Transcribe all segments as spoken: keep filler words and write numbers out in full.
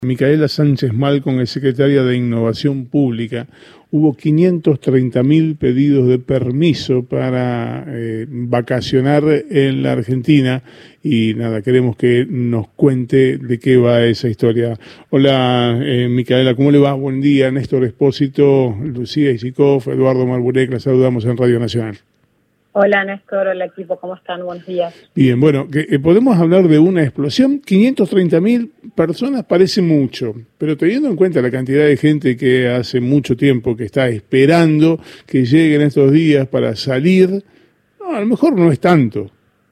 Micaela Sánchez Malcom es secretaria de Innovación Pública. Hubo quinientos treinta mil pedidos de permiso para eh, vacacionar en la Argentina y nada, queremos que nos cuente de qué va esa historia. Hola eh, Micaela, ¿cómo le va? Buen día, Néstor Espósito, Lucía Isikoff, Eduardo Marburek, la saludamos en Radio Nacional. Hola Néstor, hola equipo, ¿cómo están? Buenos días. Bien, bueno, que, eh, podemos hablar de una explosión. quinientas treinta mil personas parece mucho, pero teniendo en cuenta la cantidad de gente que hace mucho tiempo que está esperando que lleguen estos días para salir, no, a lo mejor no es tanto.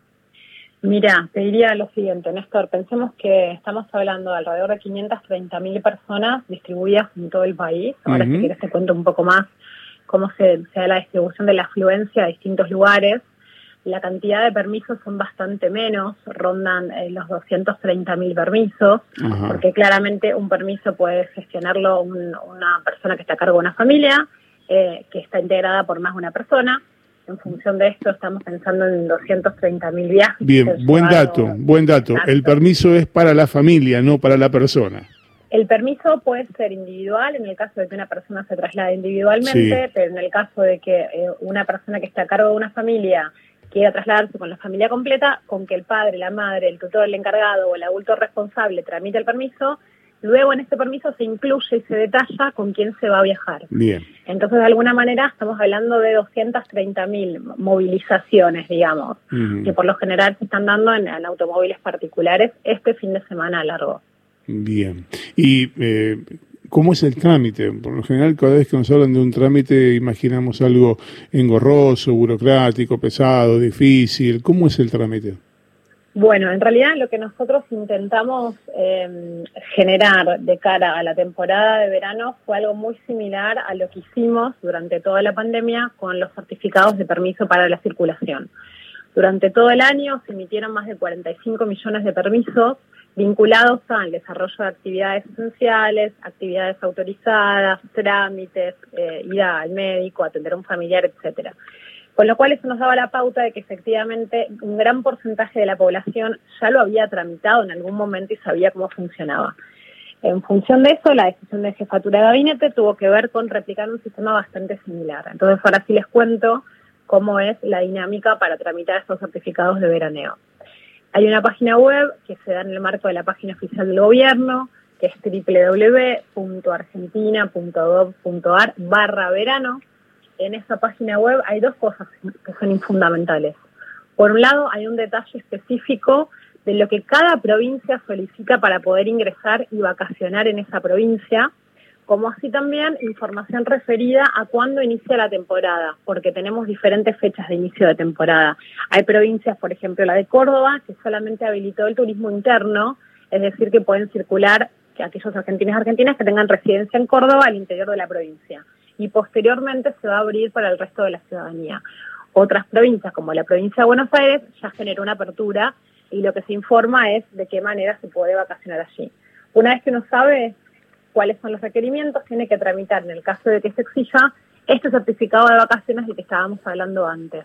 Mira, te diría lo siguiente, Néstor, pensemos que estamos hablando de alrededor de quinientas treinta mil personas distribuidas en todo el país. Ahora uh-huh. Si quieres te cuento un poco más cómo se, se da la distribución de la afluencia a distintos lugares. La cantidad de permisos son bastante menos, rondan eh, los doscientos treinta mil permisos, uh-huh. Porque claramente un permiso puede gestionarlo un, una persona que está a cargo de una familia, eh, que está integrada por más de una persona. En función de esto estamos pensando en doscientos treinta mil viajes. Bien, buen dato, buen dato. Exacto. El permiso es para la familia, no para la persona. El permiso puede ser individual en el caso de que una persona se traslade individualmente, sí. Pero en el caso de que eh, una persona que está a cargo de una familia quiera trasladarse con la familia completa, con que el padre, la madre, el tutor, el encargado o el adulto responsable tramite el permiso, luego en este permiso se incluye y se detalla con quién se va a viajar. Bien. Entonces, de alguna manera, estamos hablando de doscientas treinta mil movilizaciones, digamos, uh-huh. Que por lo general se están dando en, en automóviles particulares este fin de semana largo. Bien. ¿Y eh, cómo es el trámite? Por lo general, cada vez que nos hablan de un trámite, imaginamos algo engorroso, burocrático, pesado, difícil. ¿Cómo es el trámite? Bueno, en realidad lo que nosotros intentamos eh, generar de cara a la temporada de verano fue algo muy similar a lo que hicimos durante toda la pandemia con los certificados de permiso para la circulación. Durante todo el año se emitieron más de cuarenta y cinco millones de permisos vinculados al desarrollo de actividades esenciales, actividades autorizadas, trámites, eh, ir al médico, atender a un familiar, etcétera. Con lo cual eso nos daba la pauta de que efectivamente un gran porcentaje de la población ya lo había tramitado en algún momento y sabía cómo funcionaba. En función de eso, la decisión de jefatura de gabinete tuvo que ver con replicar un sistema bastante similar. Entonces ahora sí les cuento cómo es la dinámica para tramitar estos certificados de veraneo. Hay una página web que se da en el marco de la página oficial del gobierno, que es doble u doble u doble u punto argentina punto gov punto ar barra verano. En esa página web hay dos cosas que son fundamentales. Por un lado, hay un detalle específico de lo que cada provincia solicita para poder ingresar y vacacionar en esa provincia, como así también información referida a cuándo inicia la temporada, porque tenemos diferentes fechas de inicio de temporada. Hay provincias, por ejemplo, la de Córdoba, que solamente habilitó el turismo interno, es decir, que pueden circular que aquellos argentinos y argentinas que tengan residencia en Córdoba al interior de la provincia. Y posteriormente se va a abrir para el resto de la ciudadanía. Otras provincias, como la provincia de Buenos Aires, ya generó una apertura y lo que se informa es de qué manera se puede vacacionar allí. Una vez que uno sabe cuáles son los requerimientos, tiene que tramitar, en el caso de que se exija, este certificado de vacaciones del que estábamos hablando antes.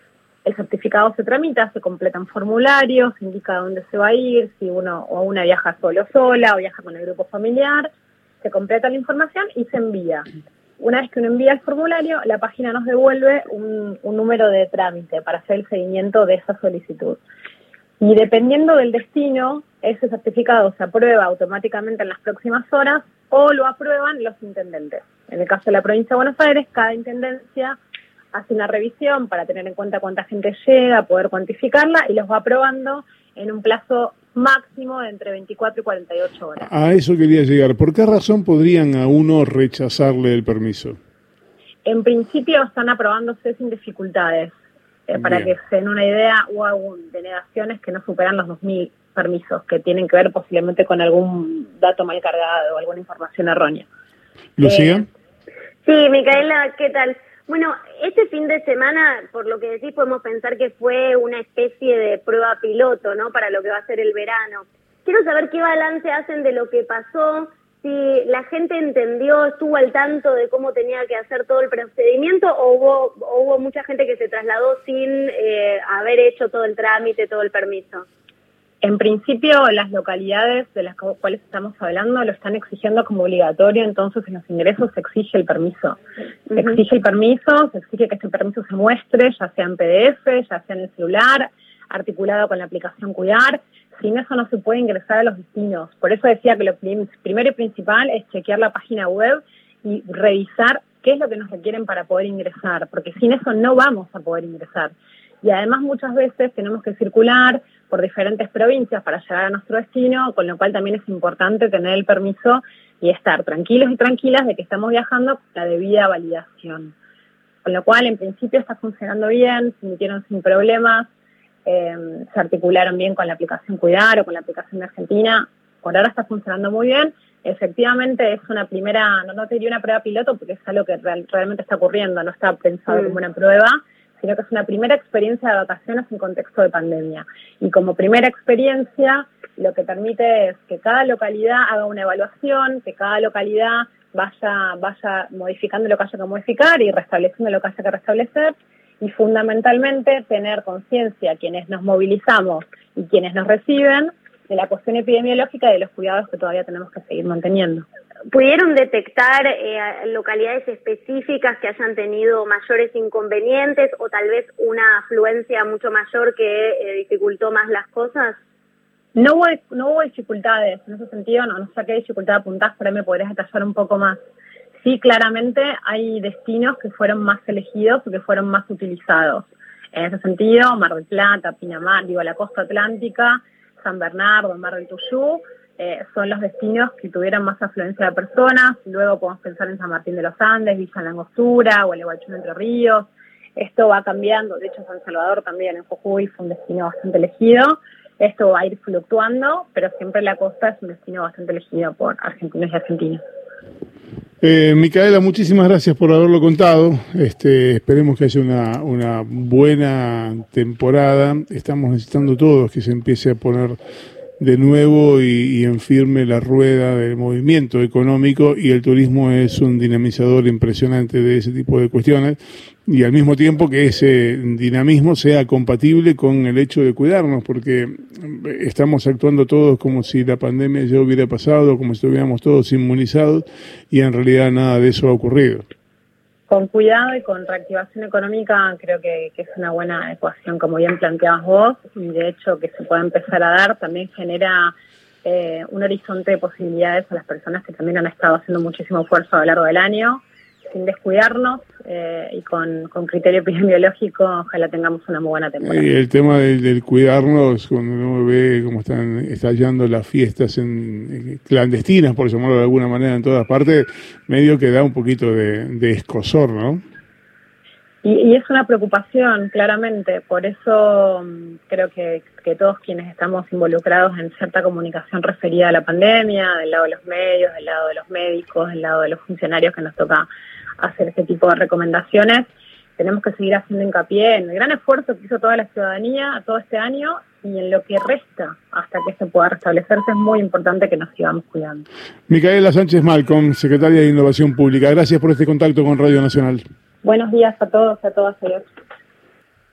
El certificado se tramita, se completan formularios, se indica dónde se va a ir, si uno o una viaja solo o sola, o viaja con el grupo familiar, se completa la información y se envía. Una vez que uno envía el formulario, la página nos devuelve un, un número de trámite para hacer el seguimiento de esa solicitud. Y dependiendo del destino, ese certificado se aprueba automáticamente en las próximas horas o lo aprueban los intendentes. En el caso de la provincia de Buenos Aires, cada intendencia hace una revisión para tener en cuenta cuánta gente llega, poder cuantificarla y los va aprobando en un plazo máximo de entre veinticuatro y cuarenta y ocho horas. A eso quería llegar. ¿Por qué razón podrían a uno rechazarle el permiso? En principio están aprobándose sin dificultades. Eh, para que se den una idea, hubo denegaciones que no superan los dos mil permisos, que tienen que ver posiblemente con algún dato mal cargado o alguna información errónea. ¿Lucía? Eh, sí, Micaela, ¿qué tal? Bueno, este fin de semana, por lo que decís, podemos pensar que fue una especie de prueba piloto, ¿no?, para lo que va a ser el verano. Quiero saber qué balance hacen de lo que pasó, si la gente entendió, estuvo al tanto de cómo tenía que hacer todo el procedimiento o hubo, o hubo mucha gente que se trasladó sin eh, haber hecho todo el trámite, todo el permiso. En principio, las localidades de las cuales estamos hablando lo están exigiendo como obligatorio, entonces en los ingresos se exige el permiso. Se uh-huh. exige el permiso, se exige que este permiso se muestre, ya sea en P D F, ya sea en el celular, articulado con la aplicación Cuidar. Sin eso no se puede ingresar a los destinos. Por eso decía que lo prim- primero y principal es chequear la página web y revisar qué es lo que nos requieren para poder ingresar, porque sin eso no vamos a poder ingresar. Y además muchas veces tenemos que circular por diferentes provincias para llegar a nuestro destino, con lo cual también es importante tener el permiso y estar tranquilos y tranquilas de que estamos viajando con la debida validación. Con lo cual, en principio está funcionando bien, se emitieron sin problemas, eh, se articularon bien con la aplicación Cuidar o con la aplicación de Argentina. Por ahora está funcionando muy bien. Efectivamente es una primera, no, no te diría una prueba piloto porque es algo que real, realmente está ocurriendo, no está pensado mm. como una prueba, sino que es una primera experiencia de vacaciones en contexto de pandemia. Y como primera experiencia, lo que permite es que cada localidad haga una evaluación, que cada localidad vaya, vaya modificando lo que haya que modificar y restableciendo lo que haya que restablecer, y fundamentalmente tener conciencia quienes nos movilizamos y quienes nos reciben de la cuestión epidemiológica y de los cuidados que todavía tenemos que seguir manteniendo. ¿Pudieron detectar eh, localidades específicas que hayan tenido mayores inconvenientes o tal vez una afluencia mucho mayor que eh, dificultó más las cosas? No hubo, no hubo dificultades en ese sentido, no, no sé a qué dificultad apuntás, por ahí me podrías detallar un poco más. Sí, claramente hay destinos que fueron más elegidos o que fueron más utilizados. En ese sentido, Mar del Plata, Pinamar, digo, la costa atlántica, San Bernardo, Mar del Tuyú, eh, son los destinos que tuvieron más afluencia de personas. Luego podemos pensar en San Martín de los Andes, Villa La Angostura, Gualeguaychú, Entre Ríos. Esto va cambiando, de hecho San Salvador también en Jujuy fue un destino bastante elegido. Esto va a ir fluctuando, pero siempre la costa es un destino bastante elegido por argentinos y argentinas. Eh, Micaela, muchísimas gracias por haberlo contado. Este, esperemos que haya una, una buena temporada. Estamos necesitando todos que se empiece a poner de nuevo y, y en firme la rueda del movimiento económico, y el turismo es un dinamizador impresionante de ese tipo de cuestiones, y al mismo tiempo que ese dinamismo sea compatible con el hecho de cuidarnos, porque estamos actuando todos como si la pandemia ya hubiera pasado, como si estuviéramos todos inmunizados, y en realidad nada de eso ha ocurrido. Con cuidado y con reactivación económica creo que, que es una buena ecuación, como bien planteabas vos, y de hecho que se pueda empezar a dar también genera eh, un horizonte de posibilidades a las personas que también han estado haciendo muchísimo esfuerzo a lo largo del año, sin descuidarnos eh, y con, con criterio epidemiológico. Ojalá tengamos una muy buena temporada. Y el tema del, del cuidarnos, cuando uno ve cómo están estallando las fiestas en, clandestinas, por llamarlo de alguna manera, en todas partes, medio que da un poquito de, de escozor, ¿no? Y, y es una preocupación, claramente. Por eso creo que, que todos quienes estamos involucrados en cierta comunicación referida a la pandemia, del lado de los medios, del lado de los médicos, del lado de los funcionarios que nos toca hacer este tipo de recomendaciones, tenemos que seguir haciendo hincapié en el gran esfuerzo que hizo toda la ciudadanía todo este año, y en lo que resta hasta que se pueda restablecerse es muy importante que nos sigamos cuidando. Micaela Sánchez Malcom, secretaria de Innovación Pública, gracias por este contacto con Radio Nacional. Buenos días a todos, a todas, adiós.